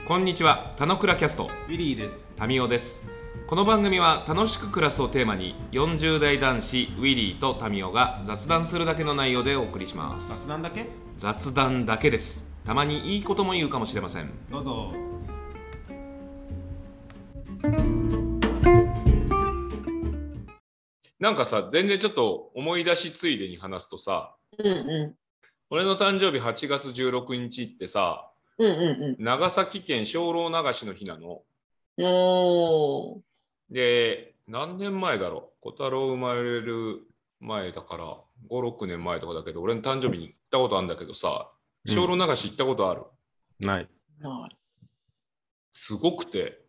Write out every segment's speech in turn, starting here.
こんにちは、たのくらキャストウィリーです。 タミオです。この番組は楽しく暮らすをテーマに40代男子ウィリーとタミオが雑談するだけの内容でお送りします。 雑談だけ？ 雑談だけです。たまにいいことも言うかもしれません。 どうぞ。 なんかさ、全然ちょっと思い出しついでに話すとさ、俺の誕生日8月16日ってさ、長崎県精霊流しの日なの。で、何年前だろう。小太郎生まれる前だから5、6年前とかだけど、俺の誕生日に行ったことあるんだけどさ、精霊流し行ったことある？ ない。 すごくて、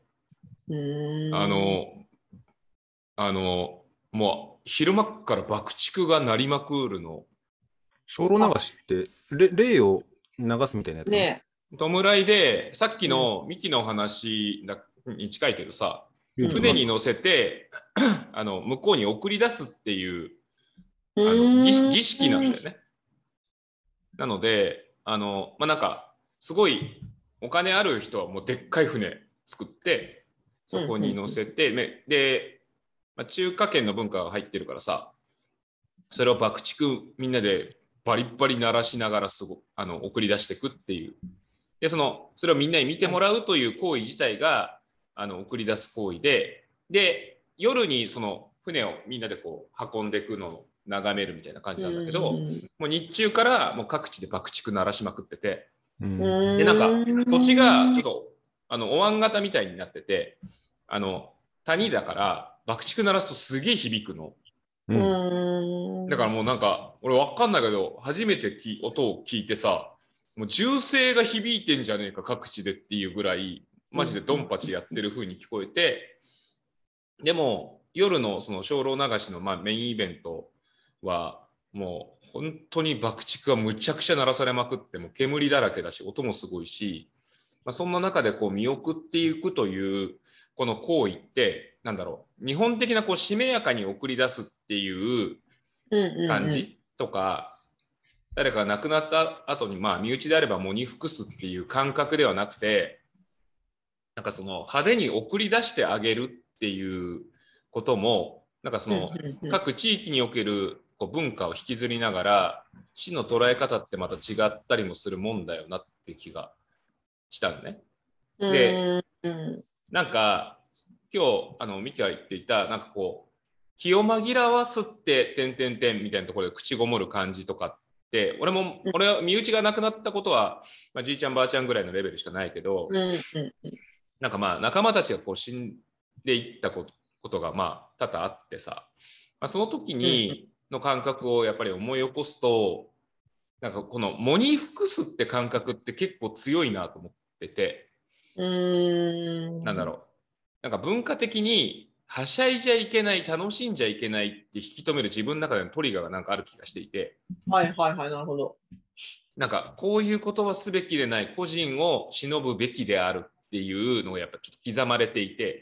もう昼間っから爆竹が鳴りまくるの。 精霊流しって霊を流すみたいなやつね。 弔いで、さっきのミキの話に近いけどさ、船に乗せて向こうに送り出すっていう儀式なんだよね。なのでなんかすごいお金ある人はもうでっかい船作ってそこに乗せて、で、中華圏の文化が入ってるからさ、それを爆竹みんなでバリッバリ鳴らしながら送り出していくっていう。でそれをみんなに見てもらうという行為自体が送り出す行為で、夜にその船をみんなでこう運んでいくのを眺めるみたいな感じなんだけど、もう日中からもう各地で爆竹鳴らしまくってて、でなんか土地がちょっとお椀型みたいになってて、谷だから爆竹鳴らすとすげえ響くの。だからもうなんか俺分かんないけど、初めて音を聞いてさ、もう銃声が響いてんじゃねえか各地でっていうぐらいマジでドンパチやってる風に聞こえて、でも夜のその精霊流しのメインイベントはもう本当に爆竹がむちゃくちゃ鳴らされまくって、もう煙だらけだし音もすごいし、そんな中でこう見送っていくというこの行為ってなんだろう、日本的なこうしめやかに送り出すっていう感じとか、誰かが亡くなった後に身内であれば喪に服すっていう感覚ではなくて、なんかその派手に送り出してあげるっていうことも、なんかその各地域におけるこう文化を引きずりながら死の捉え方ってまた違ったりもするもんだよなって気がしたのね。で、なんか今日ミキが言っていたなんかこう気を紛らわすってみたいなところで口ごもる感じとかって、俺は身内が亡くなったことは、じいちゃんばあちゃんぐらいのレベルしかないけど、なんか仲間たちがこう死んでいったことが多々あってさ、その時にの感覚をやっぱり思い起こすと、なんかこの喪に服すって感覚って結構強いなと思ってて、なんだろう、なんか文化的にはしゃいじゃいけない、楽しんじゃいけないって引き止める自分の中でのトリガーがなんかある気がしていて、 なるほど。 なんかこういうことはすべきでない、個人を忍ぶべきであるっていうのがやっぱちょっと刻まれていて、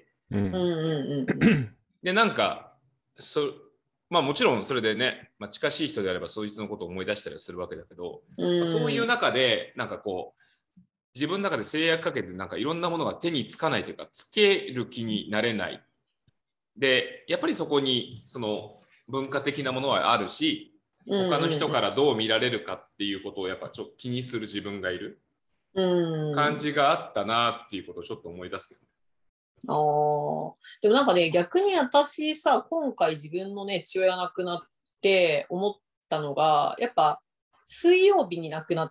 でなんかもちろんそれでね、近しい人であればそいつのことを思い出したりするわけだけど、そういう中でなんかこう自分の中で制約かけてなんかいろんなものが手につかないというか、つける気になれないで、やっぱりそこにその文化的なものはあるし、他の人からどう見られるかっていうことをやっぱちょっと気にする自分がいる感じがあったなっていうことをちょっと思い出すけどね。 でもなんかね、逆に私さ、今回自分のね父親が亡くなって思ったのが、やっぱ水曜日に亡くなって、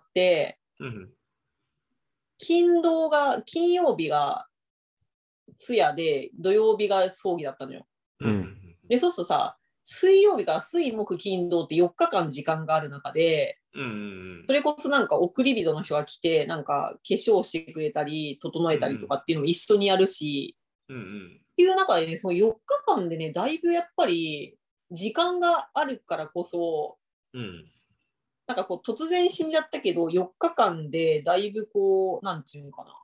金曜日が通夜で土曜日が葬儀だったのよ。でそうするとさ、水曜日が水木金土って4日間時間がある中で、それこそなんか送り人の人が来てなんか化粧してくれたり整えたりとかっていうのも一緒にやるし、っていう中でね、その4日間でね、だいぶやっぱり時間があるからこそ、なんかこう突然死んじゃったけど4日間でだいぶこうなんていうのかな、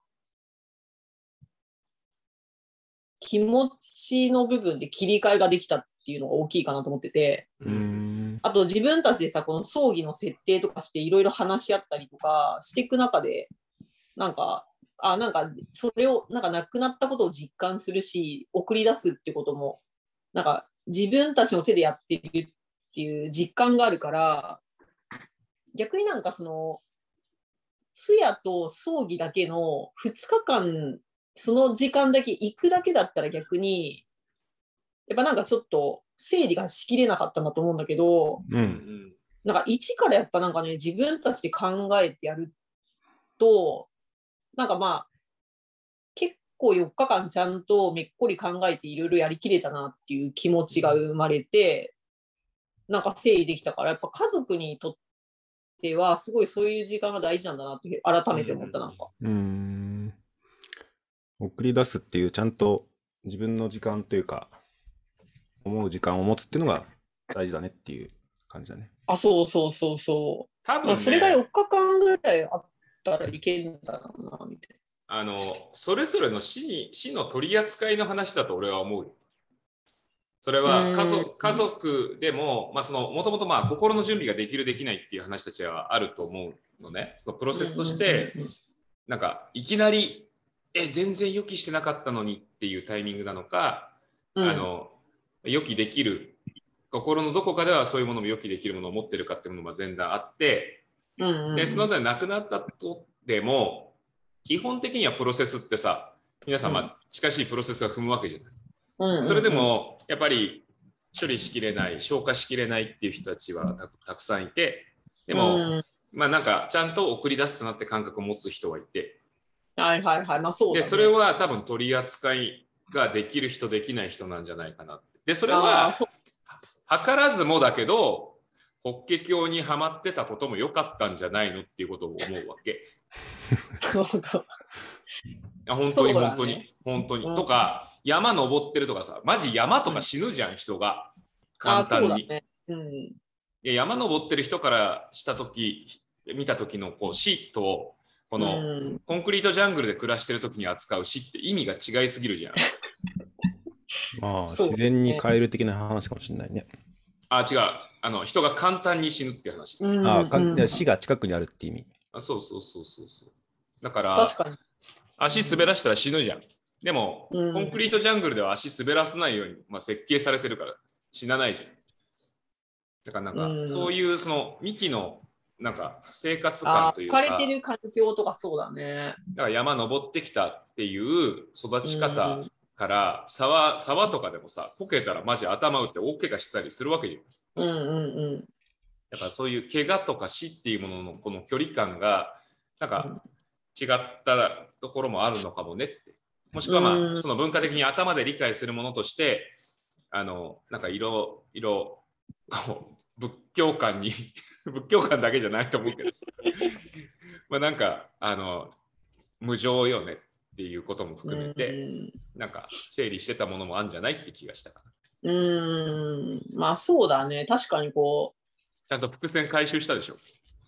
気持ちの部分で切り替えができたっていうのが大きいかなと思ってて、あと自分たちでさ、この葬儀の設定とかしていろいろ話し合ったりとかしていく中で、なんかなんかそれをなんか亡くなったことを実感するし、送り出すってこともなんか自分たちの手でやっているっていう実感があるから、逆になんかその通夜と葬儀だけの2日間その時間だけ行くだけだったら逆にやっぱなんかちょっと整理がしきれなかったんだと思うんだけど、なんか一からやっぱなんかね自分たちで考えてやるとなんかまあ結構4日間ちゃんとめっこり考えていろいろやりきれたなっていう気持ちが生まれて、なんか整理できたからやっぱ家族にとってはすごいそういう時間が大事なんだなって改めて思った。なんか送り出すっていうちゃんと自分の時間というか思う時間を持つっていうのが大事だねっていう感じだね。 そうそうそうそう。 多分ね、 それが4日間ぐらいあったらいけるんだろうなみたいな。それぞれの死の取り扱いの話だと俺は思う。それは家族でも、もともと心の準備ができるできないっていう話たちはあると思うのね。そのプロセスとして、なんかいきなり全然予期してなかったのにっていうタイミングなのか、予期できる心のどこかではそういうものも予期できるものを持ってるかっていうものが前段あって、でその後で亡くなったとでも基本的にはプロセスってさ、皆さん近しいプロセスが踏むわけじゃない。それでもやっぱり処理しきれない消化しきれないっていう人たちはたくさんいて、でも、なんかちゃんと送り出すとなって感覚を持つ人はいて、 そうだね、 でそれは多分取り扱いができる人できない人なんじゃないかなって。でそれは図らずもだけど法華経にはまってたことも良かったんじゃないのっていうことを思うわけ。本当に本当に本当に、とか山登ってるとかさ、マジ山とか死ぬじゃん、人が簡単に。山登ってる人からした時見た時のこう死とこのコンクリートジャングルで暮らしてる時に扱う死って意味が違いすぎるじゃん。 自然に変える的な話かもしれないね。 違う、人が簡単に死ぬっていう話。 死が近くにあるって意味。 そう。だから足滑らしたら死ぬじゃん。でも、コンクリートジャングルでは足滑らせないように、設計されてるから死なないじゃん。だからなんか、そういうその幹のなんか生活感というか、 置かれてる環境とかそうだね。 だから山登ってきたっていう育ち方から、沢とかでもさ、こけたらマジ頭打って大怪我したりするわけじゃん。だからそういう怪我とか死っていうもののこの距離感がなんか違ったところもあるのかもねって。もしくはその文化的に頭で理解するものとしてなんかいろいろ仏教観に仏教観だけじゃないと思うけどさなんか無常よねっていうことも含めてなんか整理してたものもあるんじゃないって気がしたかな。 そうだね、確かにこうちゃんと伏線回収したでしょ。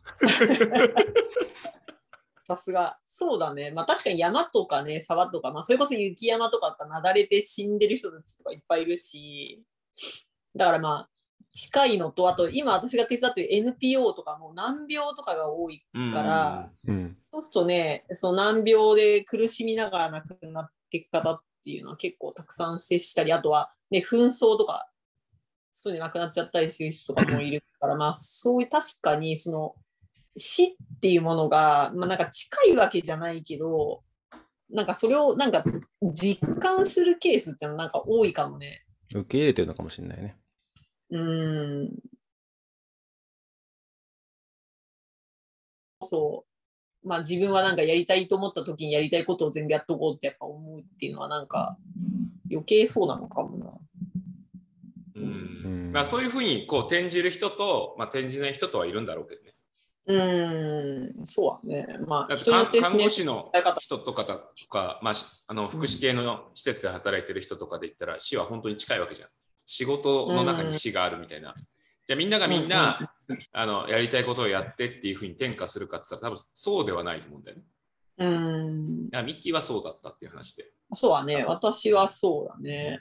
さすが。そうだね。確かに山とかね、沢とか、それこそ雪山とかだったらなだれて死んでる人たちとかいっぱいいるし、だから近いのと、あと今私が手伝ってる NPO とかも難病とかが多いから、そうするとね、その難病で苦しみながら亡くなっていく方っていうのは結構たくさん接したり、あとはね、紛争とか、そういうの亡くなっちゃったりする人とかもいるから、そういう確かにその死っていうものが、なんか近いわけじゃないけど、なんかそれをなんか実感するケースっていうのはなんか多いかもね。 受け入れてるのかもしれないね。 自分はなんかやりたいと思った時にやりたいことを全部やっとこうってやっぱ思うっていうのはなんか余計そうなのかもな。そういうふうにこう転じる人と、転じない人とはいるんだろうけどね。 そうだね。 看護師の人とか福祉系の施設で働いてる人とかで言ったら死は本当に近いわけじゃん。仕事の中に死があるみたいな。じゃあみんながみんな、やりたいことをやってっていうふうに転化するかって言ったら多分そうではないと思うんだよね。ミッキーはそうだったっていう話で。 そうだね。私はそうだね。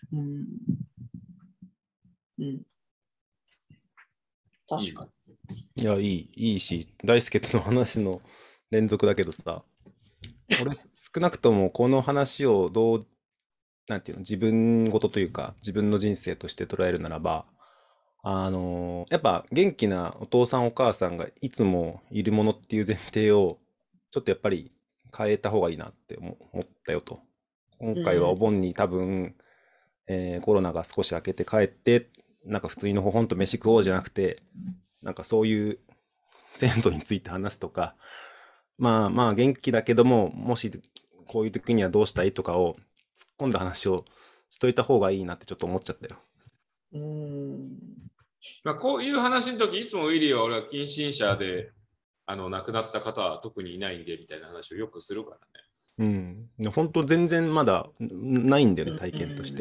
確かに。 いや、いいし、大輔との話の連続だけどさ、 俺少なくともこの話をなんていうの、自分ごとというか、自分の人生として捉えるならば、やっぱ元気なお父さんお母さんがいつもいるものっていう前提を、ちょっとやっぱり変えた方がいいなって思ったよと。今回はお盆に多分、コロナが少し明けて帰って、なんか普通にのほほんと飯食おうじゃなくて、なんかそういう先祖について話すとか、まあまあ元気だけども、もしこういう時にはどうしたいとかを突っ込んだ話をしといた方がいいなってちょっと思っちゃったよ。 まあ、こういう話の時いつもウィリーは俺は近親者で亡くなった方は特にいないんでみたいな話をよくするからね。うん。本当全然まだないんだよね、体験として。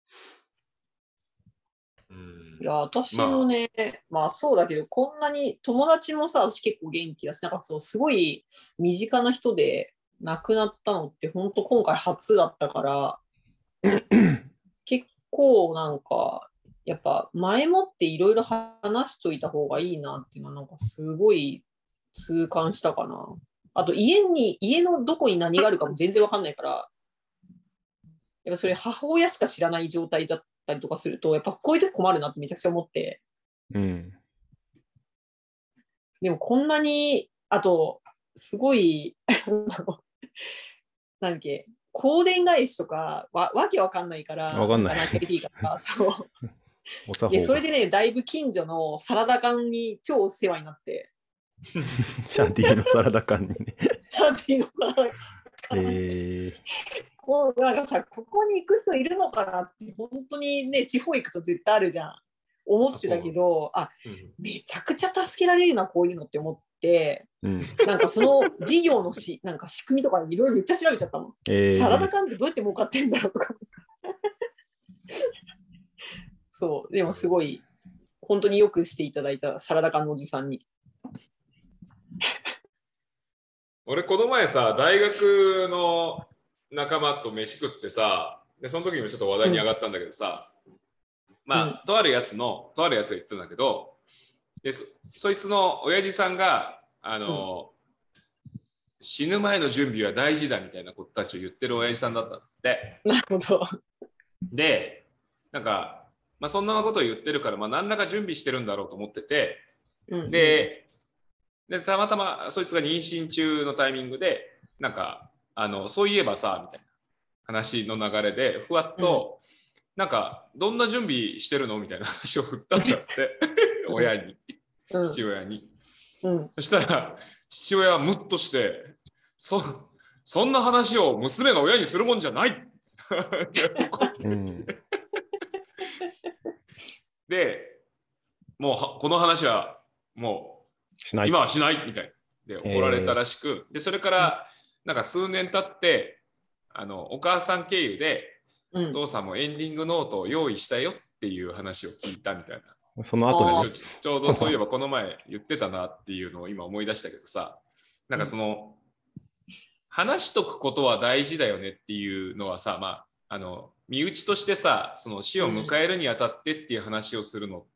いや、私もね、まあそうだけど、こんなに友達もさ、私結構元気だし、なんかそうすごい身近な人で亡くなったのって本当今回初だったから、結構なんか、やっぱ前もっていろいろ話しといた方がいいなっていうのはなんかすごい痛感したかな。あと家のどこに何があるかも全然わかんないから、やっぱそれ母親しか知らない状態だったりとかすると、やっぱこういう時困るなってめちゃくちゃ思って。 うん。 でもこんなに、あと、すごい、なんだっけ、香典返しとかわけわかんないから、 わかんない。 そう。 お作法で、それでね、だいぶ近所のサラダ缶に超お世話になって。 シャンティのサラダ缶にね。 シャンティのサラダ缶。もうなんかさ、ここに行く人いるのかなって、本当にね、地方行くと絶対あるじゃん。思ってたけど、めちゃくちゃ助けられるな、こういうのって思って、なんかその事業のなんか仕組みとかいろいろめっちゃ調べちゃったの。サラダ缶ってどうやって儲かってんだろうとか。そう、でもすごい、本当によくしていただいたサラダ缶のおじさんに。 俺この前さ、大学の仲間と飯食ってさ、でその時にもちょっと話題に上がったんだけどさ、まあ、とあるやつが言ってたんだけど、で そいつの親父さんが死ぬ前の準備は大事だみたいなことたちを言ってる親父さんだったって。 なるほど。 で、なんか、まあ、そんなことを言ってるから、まあ、何らか準備してるんだろうと思ってて、でたまたまそいつが妊娠中のタイミングで、なんかそういえばさみたいな話の流れでふわっと、なんかどんな準備してるのみたいな話を振ったんだって親に、父親に、そしたら父親はムッとしてそんな話を娘が親にするもんじゃないで、もうこの話はもう今はしないみたいで怒られたらしく、でそれからなんか数年経ってお母さん経由で、お父さんもエンディングノートを用意したよっていう話を聞いたみたいな。 その後にちょうどそういえばこの前言ってたなっていうのを今思い出したけどさ、なんかその、話しとくことは大事だよねっていうのはさ、まあ身内としてさ、その死を迎えるにあたってっていう話をするのって、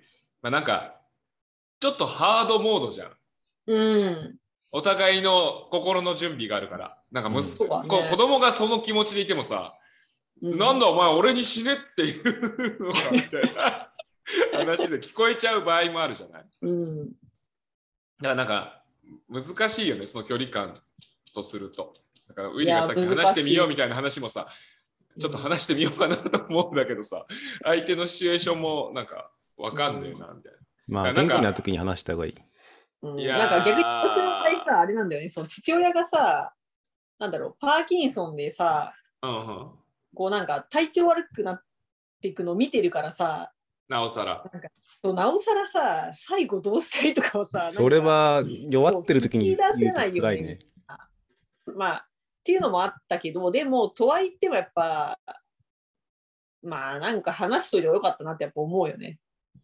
まあ、なんかちょっとハードモードじゃん。お互いの心の準備があるから、なんか子供がその気持ちでいてもさ、なんだお前俺に死ねっていうのかみたいな話で聞こえちゃう場合もあるじゃない。だからなんか難しいよね、その距離感とすると。だからウィリーがさっき話してみようみたいな話もさ、ちょっと話してみようかなと思うんだけどさ、相手のシチュエーションもなんか分かんねえなみたいな。 まあ元気な時に話した方がいい。 なんか逆に私の場合さ、あれなんだよね、その父親がさ、なんだろう、パーキンソンでさ、こうなんか体調悪くなっていくのを見てるからさ、 なおさらさ、最後どうしたいとかをさ、 それは弱ってる時に聞き出せないよね。まあ、っていうのもあったけど、でも、とはいってもやっぱ、まあなんか話しといてよかったなってやっぱ思うよね。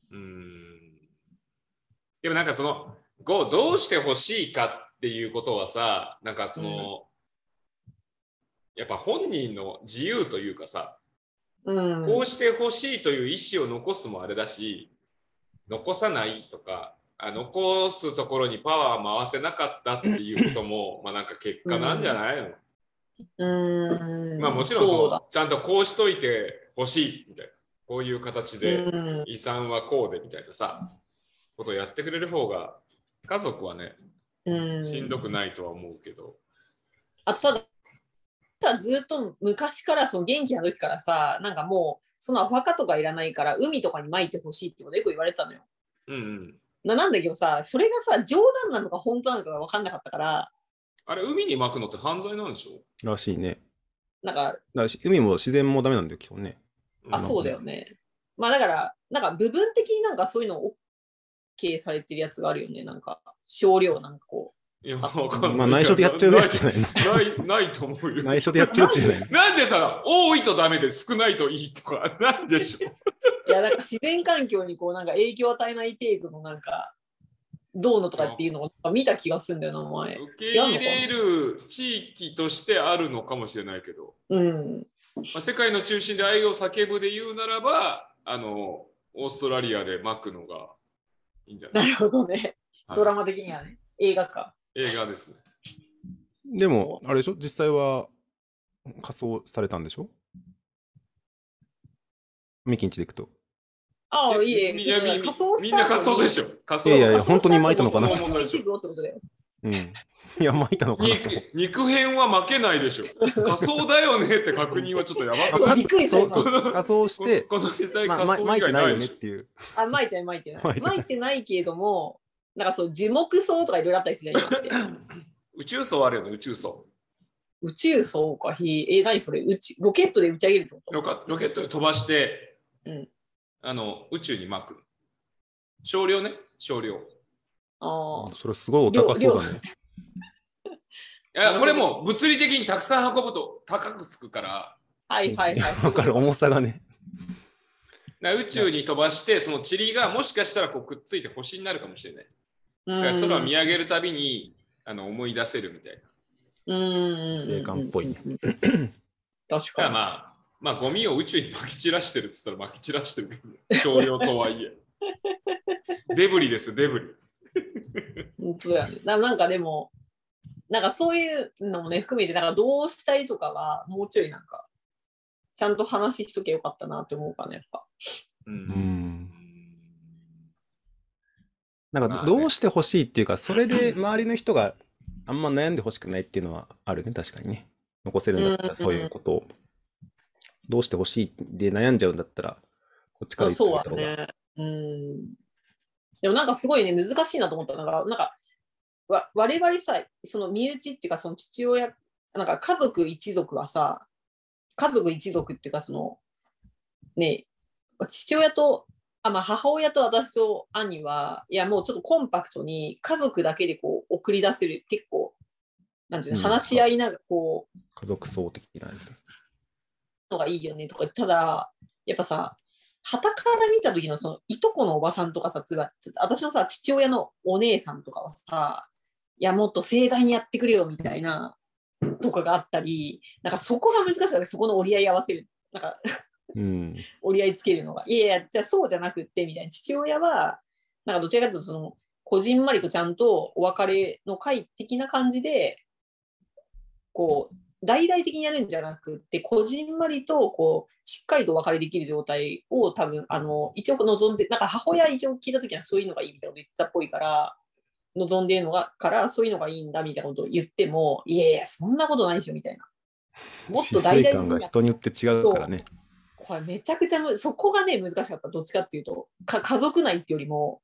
でもなんかその、どうしてほしいかっていうことはさ、なんかその、やっぱ本人の自由というかさ、こうしてほしいという意思を残すもあれだし、残さないとか、 残すところにパワー回せなかったっていうこともまあなんか結果なんじゃないの？まあもちろんちゃんとこうしといてほしいみたいな、こういう形で遺産はこうでみたいなさことをやってくれる方が家族はねしんどくないとは思うけど、 あとずっと昔からその元気な時からさ、なんかもうそんなお墓とかいらないから海とかに撒いてほしいってことよく言われたのよ。なんだけどさ、それがさ冗談なのか本当なのかが分かんなかったから。 あれ海に撒くのって犯罪なんでしょ？ らしいね。 なんか海も自然もダメなんだよ今日ね。 そうだよね。まあだからなんか部分的になんかそういうのを OK されてるやつがあるよね。なんか少量なんかこう。 いやまあ内緒でやっちゃうやつじゃないの？ないと思うよ。 内緒でやっちゃうやつじゃないの？ なんでさ、多いとダメで少ないといいとか、なんでしょう。 いや、なんか自然環境にこうなんか影響を与えない程度のなんか、どうのとかっていうのを見た気がするんだよな、お前。 受け入れる地域としてあるのかもしれないけど、世界の中心で愛を叫ぶで言うならば、オーストラリアで撒くのがいいんじゃない？ なるほどね。ドラマ的にはね。映画か。 映画ですね。 でも、あれでしょ？実際は仮装されたんでしょ？ミキンチで行くと。 ああ、いえ、みんな仮装でしょ。 いやいや、本当に撒いたのかな。いや、撒いたのかな。 肉片は負けないでしょ。仮装だよねって確認はちょっとやばくびっくりした。 仮装して、 撒いてないよねっていう。 撒いてないけれども、なんかそう、樹木葬とかいろいろあったりするじゃん、今って。 宇宙葬あるよね、宇宙葬。 宇宙葬か、何それ、ロケットで打ち上げるってこと？ ロケットで飛ばして、宇宙に撒く。少量ね、少量。 それすごいお高そうだね。 いや、これも物理的にたくさん運ぶと高くつくから。 はいはいはい。 わかる、重さがね。 宇宙に飛ばして、その塵がもしかしたらこうくっついて星になるかもしれない。空を見上げるたびに思い出せるみたいな。 生還っぽいね。 確かに。 まあゴミを宇宙に撒き散らしてるっつったら撒き散らしてるけど、少量とはいえ。デブリです、デブリ。 本当だよね。なんかでも、なんかそういうのもね、含めて、なんかどうしたいとかは、もうちょいなんか、ちゃんと話しとけよかったなって思うかね、やっぱ。 なんかどうしてほしいっていうか、それで周りの人があんま悩んでほしくないっていうのはあるね、確かにね。残せるんだったらそういうことを。どうしてほしいで悩んじゃうんだったら、こっちから言ってみた方が。 でもなんかすごいね、難しいなと思ったのが、なんか、我々さ、その身内っていうか、その父親、なんか家族一族はさ、家族一族っていうか、その、ね、父親と、母親と私と兄は、いや、もうちょっとコンパクトに家族だけでこう送り出せる、結構、なんていうの、話し合いながらこう、 家族層的なやつのがいいよねとか、ただ、やっぱさ、傍から見た時のそのいとこのおばさんとかさ、私のさ、父親のお姉さんとかはさ、いや、もっと盛大にやってくれよみたいなとかがあったり、なんかそこが難しかった、そこの折り合い合わせる。なんか折り合いつけるのが。いやいや、じゃあそうじゃなくって、みたいな。父親は、なんかどちらかというと、その、こじんまりとちゃんとお別れの会的な感じで、こう、大々的にやるんじゃなくって、こじんまりと、こう、しっかりとお別れできる状態を多分、一応望んで、なんか母親一応聞いたときはそういうのがいいみたいなこと言ったっぽいから、望んでるのが、からそういうのがいいんだみたいなことを言っても、いやいや、そんなことないでしょみたいな。 もっと大々的に。が人によって違うからね。 これめちゃくちゃそこがね、難しかった。どっちかっていうと、家族内っていうよりも。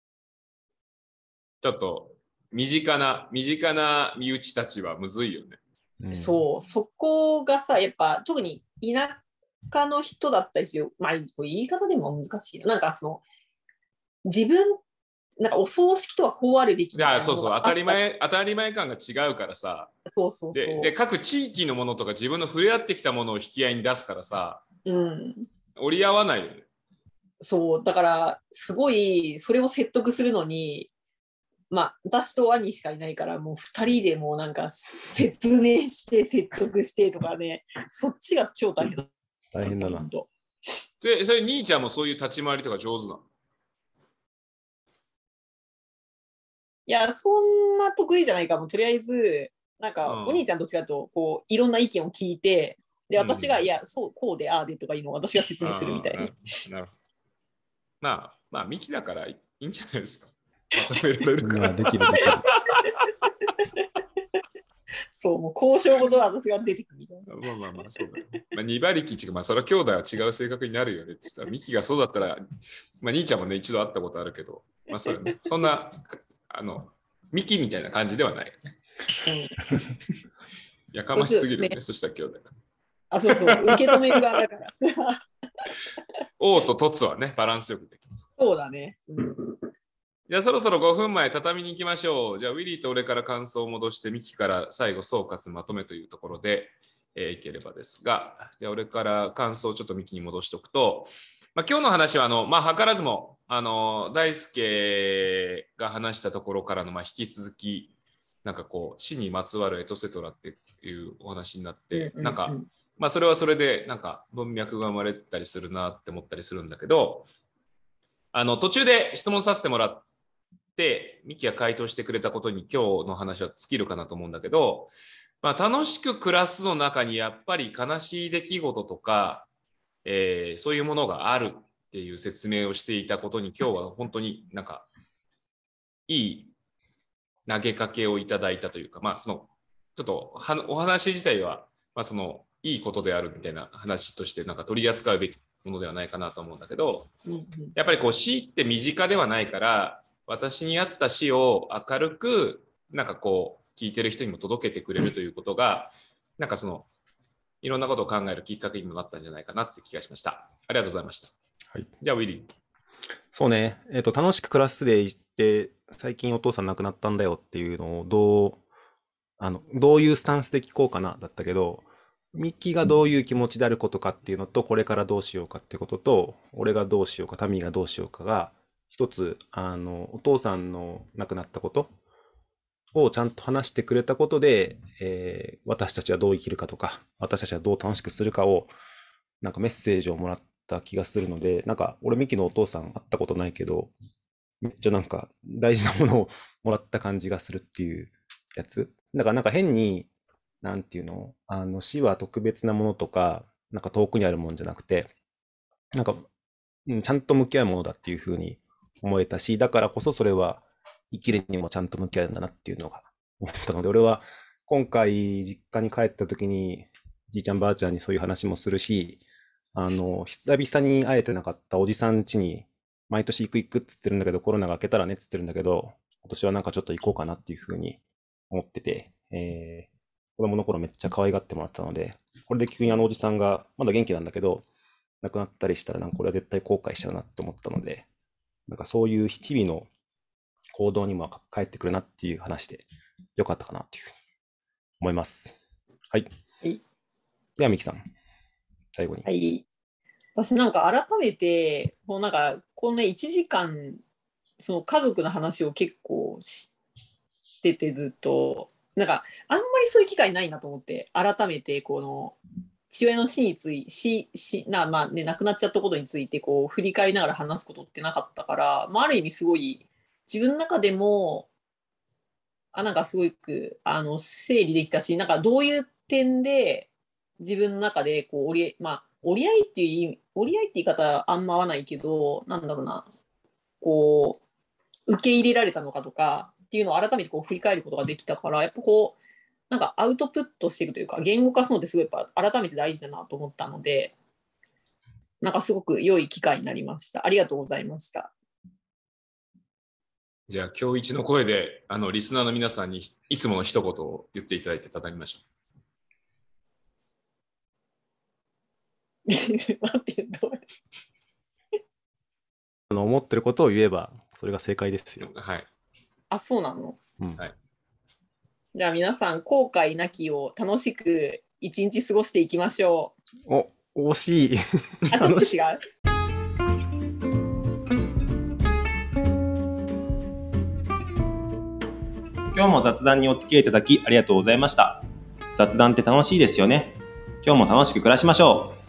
ちょっと、身近な身内たちはむずいよね。 そう、そこがさ、やっぱ、特に田舎の人だったりするよ。まあ、言い方でも難しいな。なんか、その、自分、なんかお葬式とはこうあるべき。 いや、そうそう、当たり前感が違うからさ。 そうそうそう。 で、各地域のものとか自分の触れ合ってきたものを引き合いに出すからさ、折り合わないよね。 そう、だから、すごい、それを説得するのに、まあ、私と兄しかいないから、もう2人でもうなんか説明して説得してとかね、そっちが超大変だ。 大変だな。 それ兄ちゃんもそういう立ち回りとか上手なの？ いや、そんな得意じゃないかも。とりあえず、なんか、 うんお兄ちゃんどっちかというと、こう、いろんな意見を聞いて、で、私が、 うんいや、そう、こうで、ああでとかいうのを私が説明するみたいな。 なるほど。まあ、ミキだからいいんじゃないですか。まとめられるかまら。 あできるできる。 そう、もう交渉ごと私が出てくるみたいな。 まあ、そうだよね。まあ、2馬力っていうか、まあ、それは兄弟は違う性格になるよねって言ったら、ミキがそうだったら、まあ、兄ちゃんもね、一度会ったことあるけど、まあ、それね、そんな、ミキみたいな感じではないよね。やかましすぎるよね、そしたら兄弟が。 あ、そうそう、受け止める側だから。 王と凸はね、バランスよくできます。 そうだね。 じゃあそろそろ5分前、畳に行きましょう。じゃあウィリーと俺から感想を戻して、ミキから最後総括まとめというところで、いければですが、じゃあ俺から感想をちょっとミキに戻しておくと、まあ、今日の話は図らずも大輔が話したところからの引き続き、なんかこう死にまつわるエトセトラっていうお話になって、なんかまあそれはそれでなんか文脈が生まれたりするなって思ったりするんだけど、途中で質問させてもらってミキが回答してくれたことに今日の話は尽きるかなと思うんだけど、まあ、楽しく暮らすの中にやっぱり悲しい出来事とか、そういうものがあるっていう説明をしていたことに今日は本当になんかいい投げかけをいただいたというか、まあそのちょっとお話自体は、まあ、そのいいことであるみたいな話としてなんか取り扱うべきものではないかなと思うんだけど、やっぱりこう死って身近ではないから、私に合った死を明るくなんかこう聞いてる人にも届けてくれるということが、なんかそのいろんなことを考えるきっかけにもなったんじゃないかなって気がしました。ありがとうございました。 はい、 じゃあウィリー。 そうね、楽しく暮らすで言って最近お父さん亡くなったんだよっていうのをどういうスタンスで聞こうかなだったけど、ミキがどういう気持ちであることかっていうのと、これからどうしようかっていうことと、俺がどうしようか、タミーがどうしようかが一つお父さんの亡くなったことをちゃんと話してくれたことで、私たちはどう生きるかとか、私たちはどう楽しくするかをなんかメッセージをもらった気がするので、なんか俺ミキのお父さん会ったことないけど、めっちゃなんか大事なものをもらった感じがするっていうやつ。だからなんか変になんていうの、死は特別なものとか、なんか遠くにあるもんじゃなくて、なんか、ちゃんと向き合うものだっていうふうに思えたし、だからこそそれは生きるにもちゃんと向き合うんだなっていうのが思ったので、俺は今回実家に帰った時に、じいちゃんばあちゃんにそういう話もするし、久々に会えてなかったおじさん家に、毎年行くっつってるんだけど、コロナが明けたらねっつってるんだけど、今年はなんかちょっと行こうかなっていうふうに思ってて、子供の頃めっちゃ可愛がってもらったので、これで急におじさんが、まだ元気なんだけど、亡くなったりしたら、なんかこれは絶対後悔しちゃうなって思ったので、なんかそういう日々の行動にも返ってくるなっていう話で、よかったかなっていうふうに思います。はい。では、ミキさん、最後に。 はい。私なんか改めて、もうなんか、このね、1時間、その家族の話を結構しててずっと、なんかあんまりそういう機会ないなと思って、改めてこの父親の死についてまあね、亡くなっちゃったことについてこう振り返りながら話すことってなかったから、まあ、ある意味すごい自分の中でもなんかすごく整理できたし、なんかどういう点で自分の中でこう折り合いっていう言い方あんま合わないけど、なんだろうな、こう受け入れられたのかとかっていうのを改めてこう振り返ることができたから、やっぱこうなんかアウトプットしてるというか言語化するのってすごいやっぱ改めて大事だなと思ったので、なんかすごく良い機会になりました。ありがとうございました。 じゃあ今日一の声でリスナーの皆さんにいつもの一言を言っていただいて畳みましょう。待ってどう思ってることを言えばそれが正解ですよ。 はい。 あ、そうなの？ はい。 じゃあ皆さん後悔なきを楽しく一日過ごしていきましょう。惜しい。 あ、ちょっと違う。 今日も雑談にお付き合いいただきありがとうございました。雑談って楽しいですよね。今日も楽しく暮らしましょう。